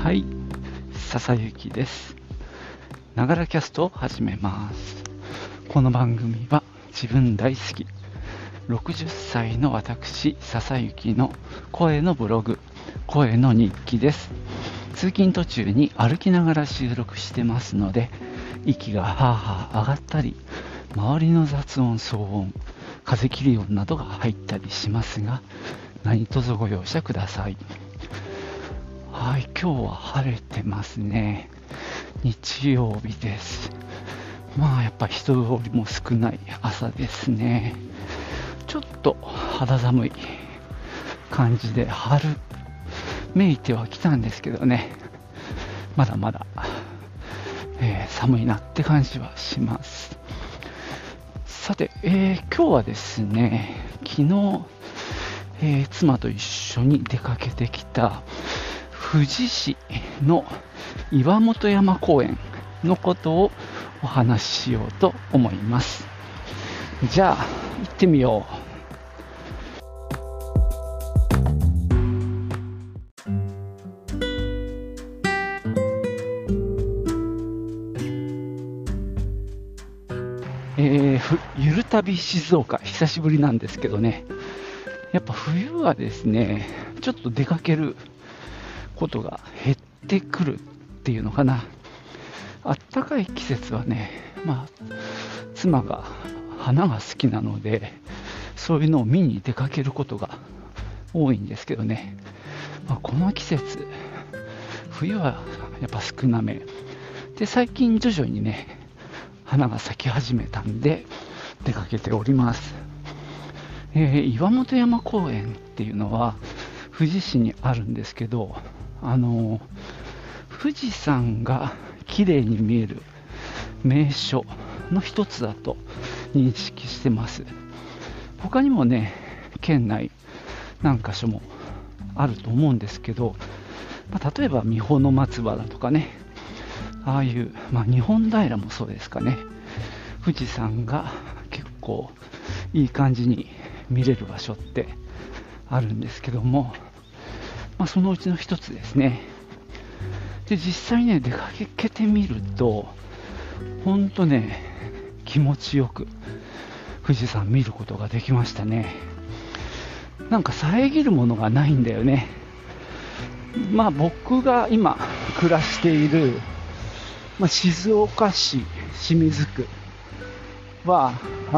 はい、笹雪です。ながらキャストを始めます。この番組は自分大好き60歳の私笹雪の声のブログ、声の日記です。通勤途中に歩きながら収録してますので、息がはあはあ上がったり、周りの雑音、騒音、風切り音などが入ったりしますが、何卒ご容赦ください。はい、今日は晴れてますね。日曜日です。やっぱ人通りも少ない朝ですね。ちょっと肌寒い感じで春めいてはきたんですけどね、まだまだ、寒いなって感じはします。さて、今日はですね、昨日、妻と一緒に出かけてきた富士市の岩本山公園のことをお話ししようと思います。じゃあ行ってみよう。ゆる旅静岡、久しぶりなんですけどね、やっぱ冬はですね、ちょっと出かけることが減ってくるっていうのかな。あったかい季節はね、妻が花が好きなので、そういうのを見に出かけることが多いんですけどね、この季節、冬はやっぱ少なめで、最近徐々にね、花が咲き始めたんで出かけております。岩本山公園っていうのは富士市にあるんですけど、富士山が綺麗に見える名所の一つだと認識してます。他にもね、県内何か所もあると思うんですけど、例えば三保の松原とかね、ああいう、日本平もそうですかね、富士山が結構いい感じに見れる場所ってあるんですけども、そのうちの一つですね。で、実際ね、出かけてみると、ほんとね、気持ちよく富士山見ることができましたね。なんか遮るものがないんだよね。僕が今暮らしている、静岡市清水区は、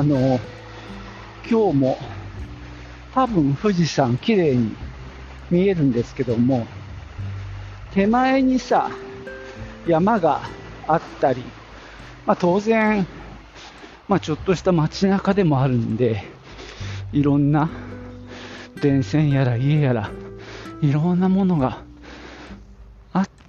今日も多分富士山綺麗に見えるんですけども、手前にさ、山があったり、当然、ちょっとした街中でもあるんで、いろんな電線やら家やらいろんなものがあって、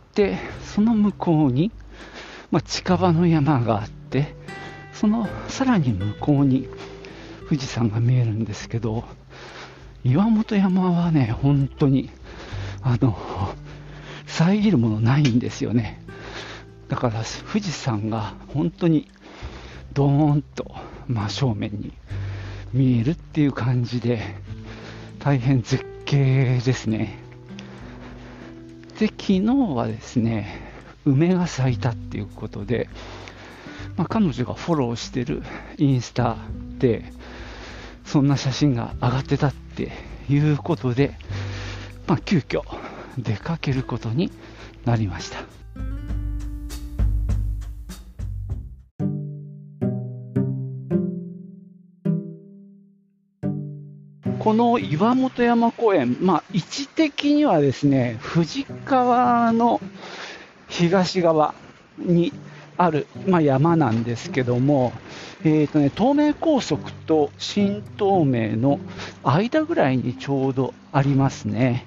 その向こうに、近場の山があって、そのさらに向こうに富士山が見えるんですけど、岩本山はね、本当に遮るものないんですよね。だから富士山が本当にドーンと真正面に見えるっていう感じで、大変絶景ですね。で、昨日はですね、梅が咲いたっていうことで、彼女がフォローしてるインスタでそんな写真が上がってたっていうことで、急遽出かけることになりました。この岩本山公園、位置的にはですね、富士川の東側にある、山なんですけども、東名高速と新東名の間ぐらいにちょうどありますね。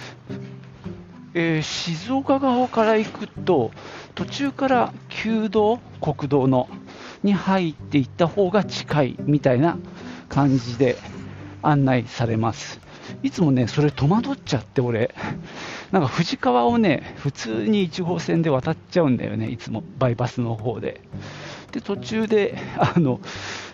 静岡側から行くと、途中から旧道、国道のに入っていった方が近いみたいな感じで案内されます。いつもね、それ戸惑っちゃって、俺なんか富士川をね、普通に1号線で渡っちゃうんだよね、いつもバイパスの方で。で、途中で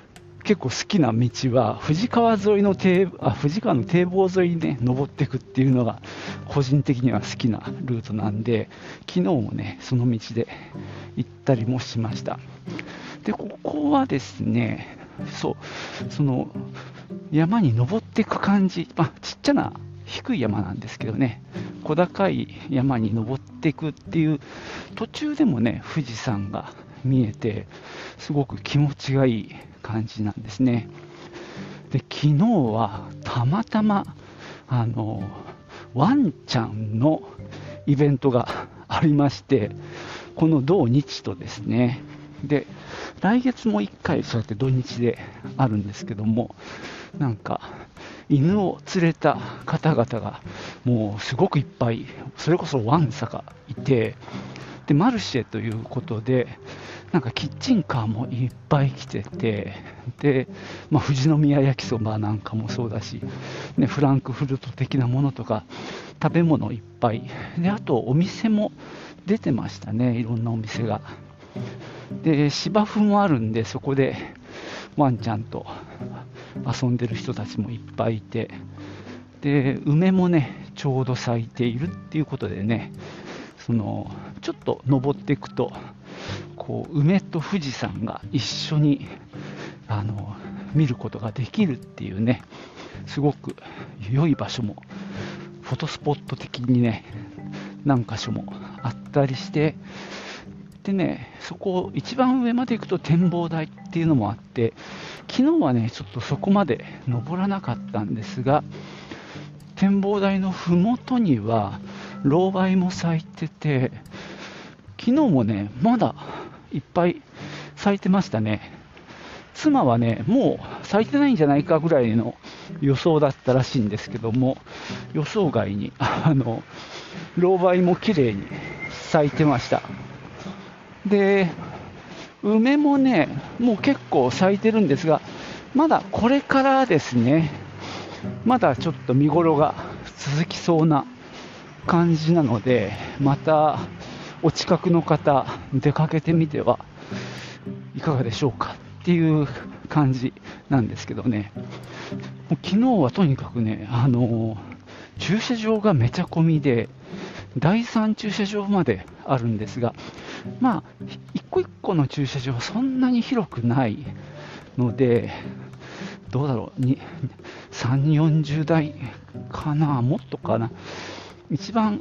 結構好きな道は富士川の堤防沿いにね登っていくっていうのが個人的には好きなルートなんで、昨日もねその道で行ったりもしました。でここはですね、その山に登っていく感じ、ちっちゃな低い山なんですけどね、小高い山に登っていくっていう途中でもね富士山が見えて、すごく気持ちがいい感じなんですね。で昨日はたまたまワンちゃんのイベントがありまして、この土日とですね、で来月も1回そうやって土日であるんですけども、なんか犬を連れた方々がもうすごくいっぱい、それこそワンサがいて、でマルシェということでなんかキッチンカーもいっぱい来てて、で、富士宮焼きそばなんかもそうだし、ね、フランクフルト的なものとか食べ物いっぱいで、あとお店も出てましたね、いろんなお店が。で芝生もあるんで、そこでワンちゃんと遊んでる人たちもいっぱいいて、で梅もねちょうど咲いているっていうことでね、ちょっと登っていくとこう梅と富士山が一緒に見ることができるっていうね、すごく良い場所もフォトスポット的にね何箇所もあったりして、でね、そこ一番上まで行くと展望台っていうのもあって、昨日はねちょっとそこまで登らなかったんですが、展望台のふもとにはロウバイも咲いてて、昨日もねまだいっぱい咲いてましたね。妻はねもう咲いてないんじゃないかぐらいの予想だったらしいんですけども、予想外にロウバイも綺麗に咲いてました。で梅もねもう結構咲いてるんですが、まだこれからですね、まだちょっと見頃が続きそうな感じなので、またお近くの方出かけてみてはいかがでしょうかっていう感じなんですけどね。もう昨日はとにかくね、駐車場がめちゃ混みで、第3駐車場まであるんですが、一個一個の駐車場はそんなに広くないので、どうだろう、3、40台かな、もっとかな。一番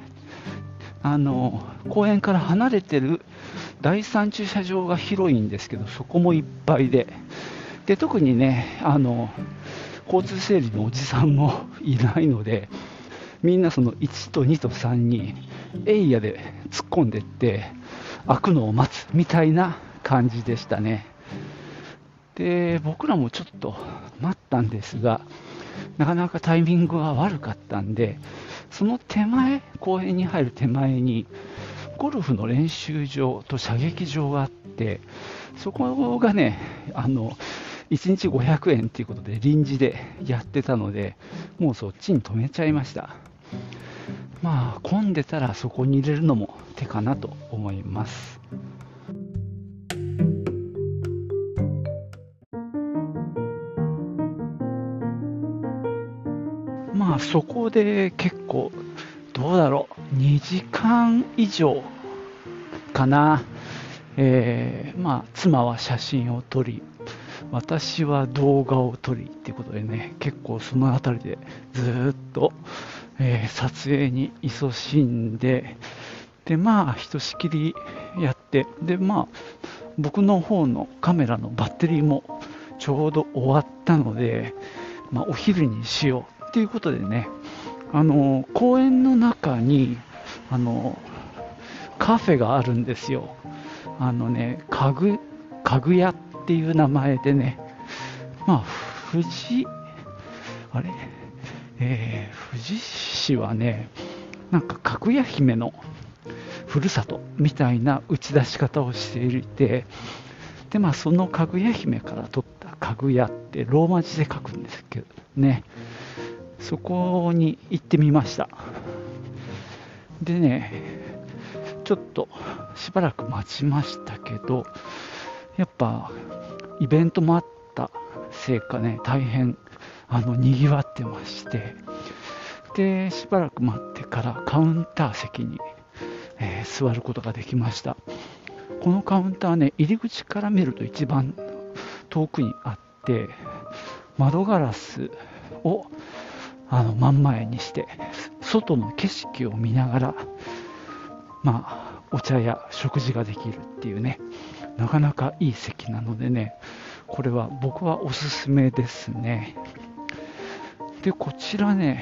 公園から離れてる第3駐車場が広いんですけど、そこもいっぱいで、特にね交通整理のおじさんもいないので、みんなその1と2と3にエイヤで突っ込んでって開くのを待つみたいな感じでしたね。で僕らもちょっと待ったんですが、なかなかタイミングが悪かったんで、その手前、公園に入る手前にゴルフの練習場と射撃場があって、そこがね1日500円ということで臨時でやってたので、もうそっちに止めちゃいました。混んでたらそこに入れるのも手かなと思います。そこで結構どうだろう、2時間以上かな。妻は写真を撮り、私は動画を撮りっていうことでね、結構そのあたりでずっと、撮影に勤しんで、ひとしきりやって、僕の方のカメラのバッテリーもちょうど終わったので、お昼にしようっていうことでね、公園の中にカフェがあるんですよ。家具屋っていう名前でね、富士市はね、なんかかぐや姫のふるさとみたいな打ち出し方をしていて、でそのかぐや姫から取ったかぐやってローマ字で書くんですけどね、そこに行ってみました。でね、ちょっとしばらく待ちましたけど、やっぱイベントもあったせいかね、大変賑わってまして、でしばらく待ってからカウンター席に、座ることができました。このカウンターね、入り口から見ると一番遠くにあって、窓ガラスを真ん前にして外の景色を見ながら、お茶や食事ができるっていうね、なかなかいい席なのでね、これは僕はおすすめですね。でこちらね、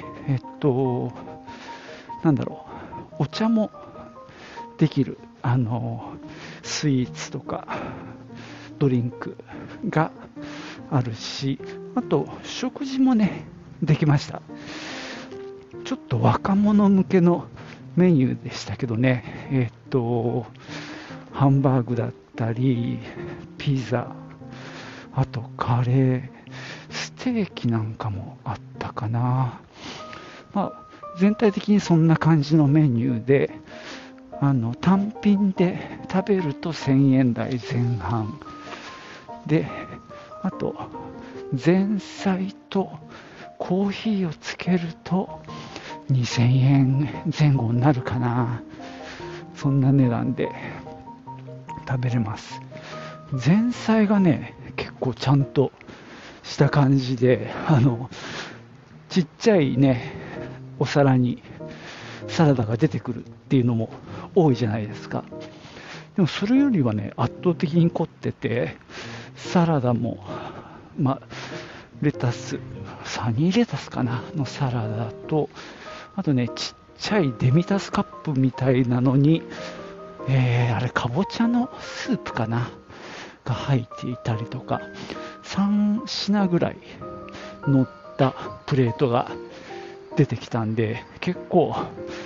お茶もできるスイーツとかドリンクがあるし、あと食事もねできました。ちょっと若者向けのメニューでしたけどね、ハンバーグだったりピザ、あとカレー、ステーキなんかもあったかな。全体的にそんな感じのメニューで、単品で食べると1000円台前半で、あと前菜とコーヒーをつけると2000円前後になるかな。そんな値段で食べれます。前菜がね結構ちゃんとした感じで、ちっちゃいねお皿にサラダが出てくるっていうのも多いじゃないですか。でもそれよりはね圧倒的に凝ってて、サラダもレタス、サニーレタスかなのサラダと、あとねちっちゃいデミタスカップみたいなのに、あれかぼちゃのスープかなが入っていたりとか、3品ぐらい乗ったプレートが出てきたんで、結構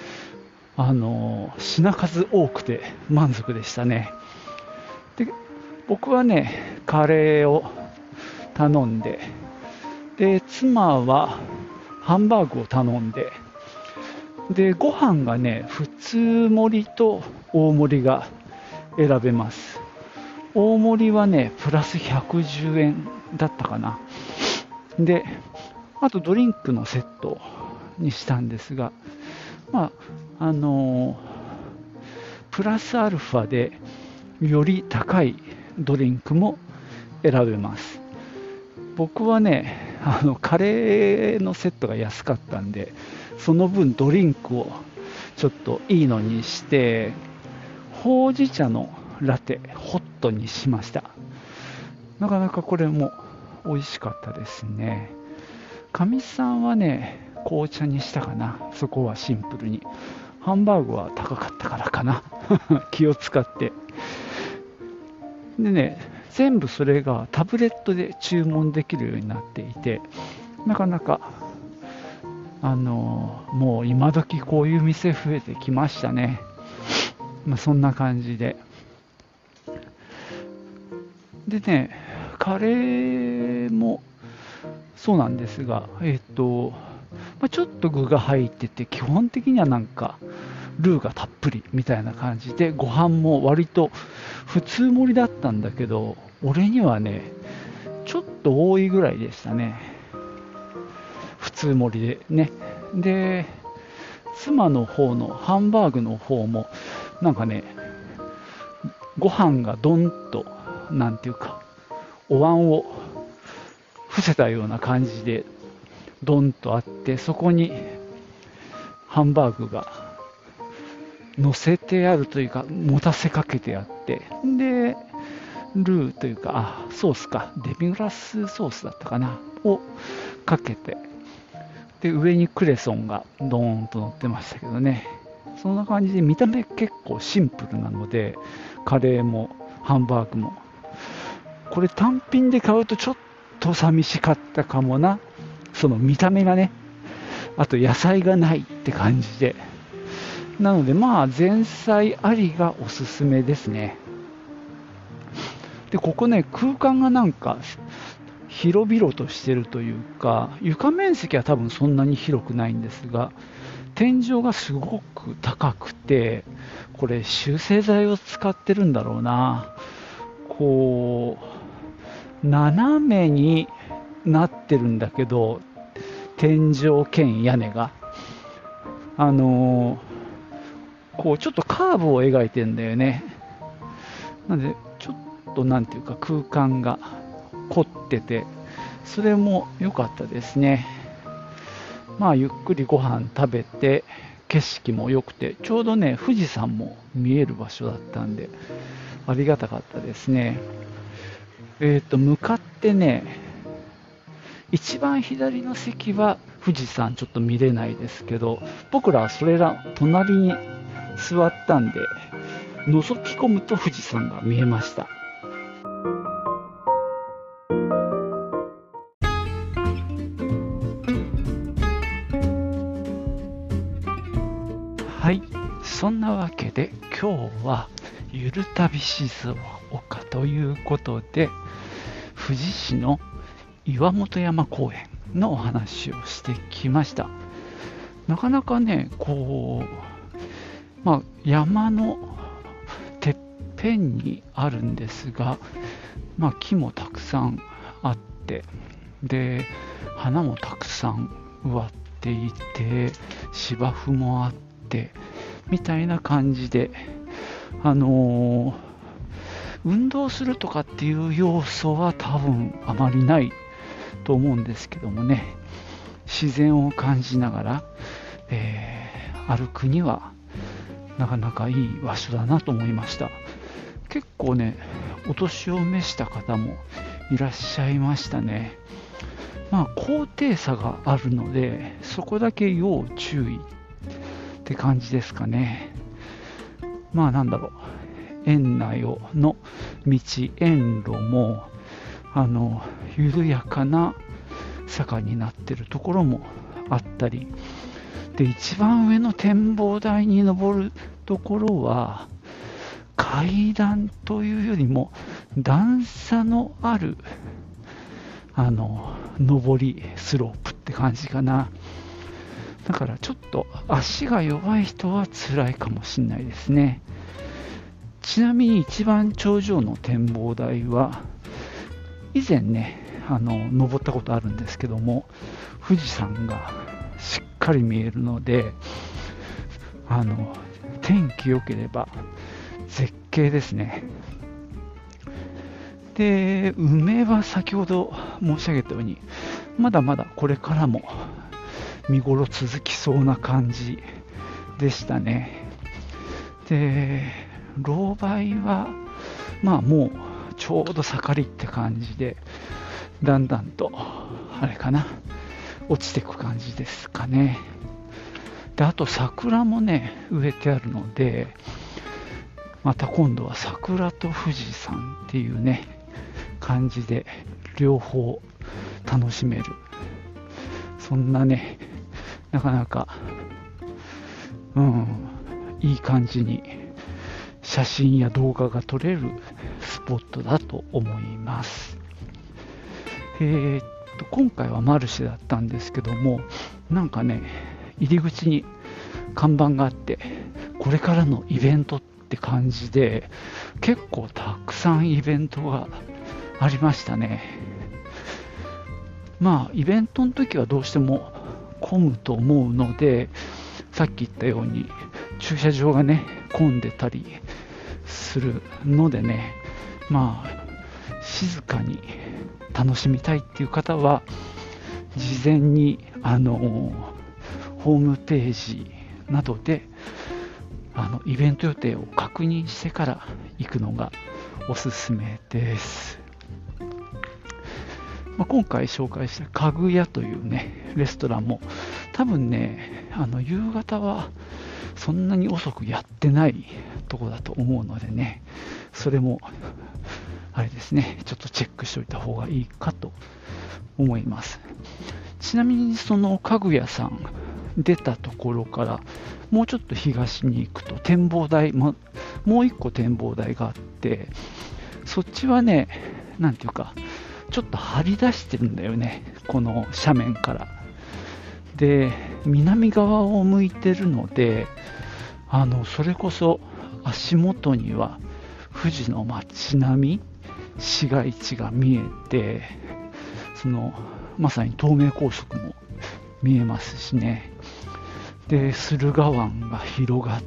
品数多くて満足でしたね。で僕はねカレーを頼んで、で妻はハンバーグを頼んで、でご飯がね普通盛りと大盛りが選べます。大盛りはねプラス110円だったかな。であとドリンクのセットにしたんですが、プラスアルファでより高いドリンクも選べます。僕はねカレーのセットが安かったんで、その分ドリンクをちょっといいのにして、ほうじ茶のラテホットにしました。なかなかこれも美味しかったですね。かみさんはね紅茶にしたかな。そこはシンプルに。ハンバーグは高かったからかな気を使って。でね全部それがタブレットで注文できるようになっていて、なかなかもう今時こういう店増えてきましたね。そんな感じでね、カレーもそうなんですが、ちょっと具が入ってて、基本的にはなんかルーがたっぷりみたいな感じで、ご飯も割と普通盛りだったんだけど、俺にはねちょっと多いぐらいでしたね、普通盛りでね。で妻の方のハンバーグの方もなんかね、ご飯がどんとなんていうかお椀を伏せたような感じでドンとあって、そこにハンバーグが乗せてあるというか持たせかけてあって、でルーというかソースか、デミグラスソースだったかなをかけて、で上にクレソンがドーンと乗ってましたけどね。そんな感じで見た目結構シンプルなので、カレーもハンバーグもこれ単品で買うとちょっと寂しかったかもな。その見た目がね、あと野菜がないって感じで、なので前菜ありがおすすめですね。でここね空間がなんか広々としてるというか、床面積は多分そんなに広くないんですが、天井がすごく高くて、これ集成材を使ってるんだろうな。こう斜めになってるんだけど、天井兼屋根がこうちょっとカーブを描いてんだよね。なのでちょっとなんていうか空間が凝ってて、それも良かったですね。まあゆっくりご飯食べて、景色も良くて、ちょうどね富士山も見える場所だったんでありがたかったですね。向かってね、一番左の席は富士山ちょっと見れないですけど、僕らはそれら隣に座ったんで、覗き込むと富士山が見えました。はい、そんなわけで今日はゆる旅静岡ということで、富士市の岩本山公園のお話をしてきました。なかなかね、こう、山のてっぺんにあるんですが、木もたくさんあって、で花もたくさん植わっていて、芝生もあってみたいな感じで、運動するとかっていう要素は多分あまりないと思うんですけどもね、自然を感じながら、歩くにはなかなかいい場所だなと思いました。結構ね、お年を召した方もいらっしゃいましたね。高低差があるので、そこだけ要注意って感じですかね。なんだろう、園内の道、園路も緩やかな坂になってるところもあったりで、一番上の展望台に登るところは階段というよりも段差のある上りスロープって感じかな。だからちょっと足が弱い人は辛いかもしれないですね。ちなみに一番頂上の展望台は以前ね、登ったことあるんですけども、富士山がしっかり見えるので、天気良ければ絶景ですね。で、梅は先ほど申し上げたように、まだまだこれからも見頃続きそうな感じでしたね。で、ロウバイはもうちょうど盛りって感じで、だんだんとあれかな、落ちていく感じですかね。で、あと桜もね植えてあるので、また今度は桜と富士山っていうね感じで両方楽しめる、そんなね、なかなかいい感じに写真や動画が撮れるスポットだと思います。今回はマルシェだったんですけども、なんかね、入り口に看板があって、これからのイベントって感じで、結構たくさんイベントがありましたね。イベントの時はどうしても混むと思うので、さっき言ったように駐車場がね混んでたりするのでね、静かに楽しみたいっていう方は事前にホームページなどでイベント予定を確認してから行くのがおすすめです。今回紹介したかぐやというねレストランも多分ね夕方はそんなに遅くやってないとこだと思うのでね、それもあれですね、ちょっとチェックしておいた方がいいかと思います。ちなみにそのかぐやさん出たところからもうちょっと東に行くと展望台、もう一個展望台があって、そっちはね、なんていうかちょっと張り出してるんだよね、この斜面から。で、南側を向いてるので、それこそ足元には富士の街並み、市街地が見えて、そのまさに東名高速も見えますしね。で駿河湾が広がって、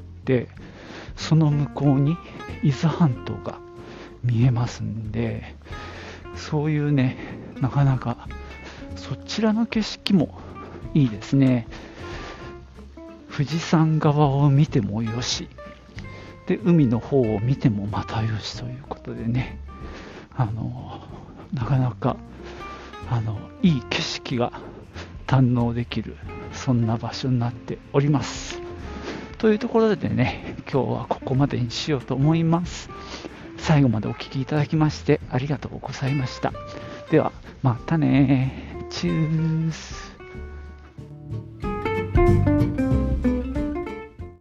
その向こうに伊豆半島が見えますんで、そういうね、なかなかそちらの景色もいいですね。富士山側を見てもよしで、海の方を見てもまたよしということでね、なかなかいい景色が堪能できる、そんな場所になっております。というところでね、今日はここまでにしようと思います。最後までお聞きいただきましてありがとうございました。ではまたね。チュース。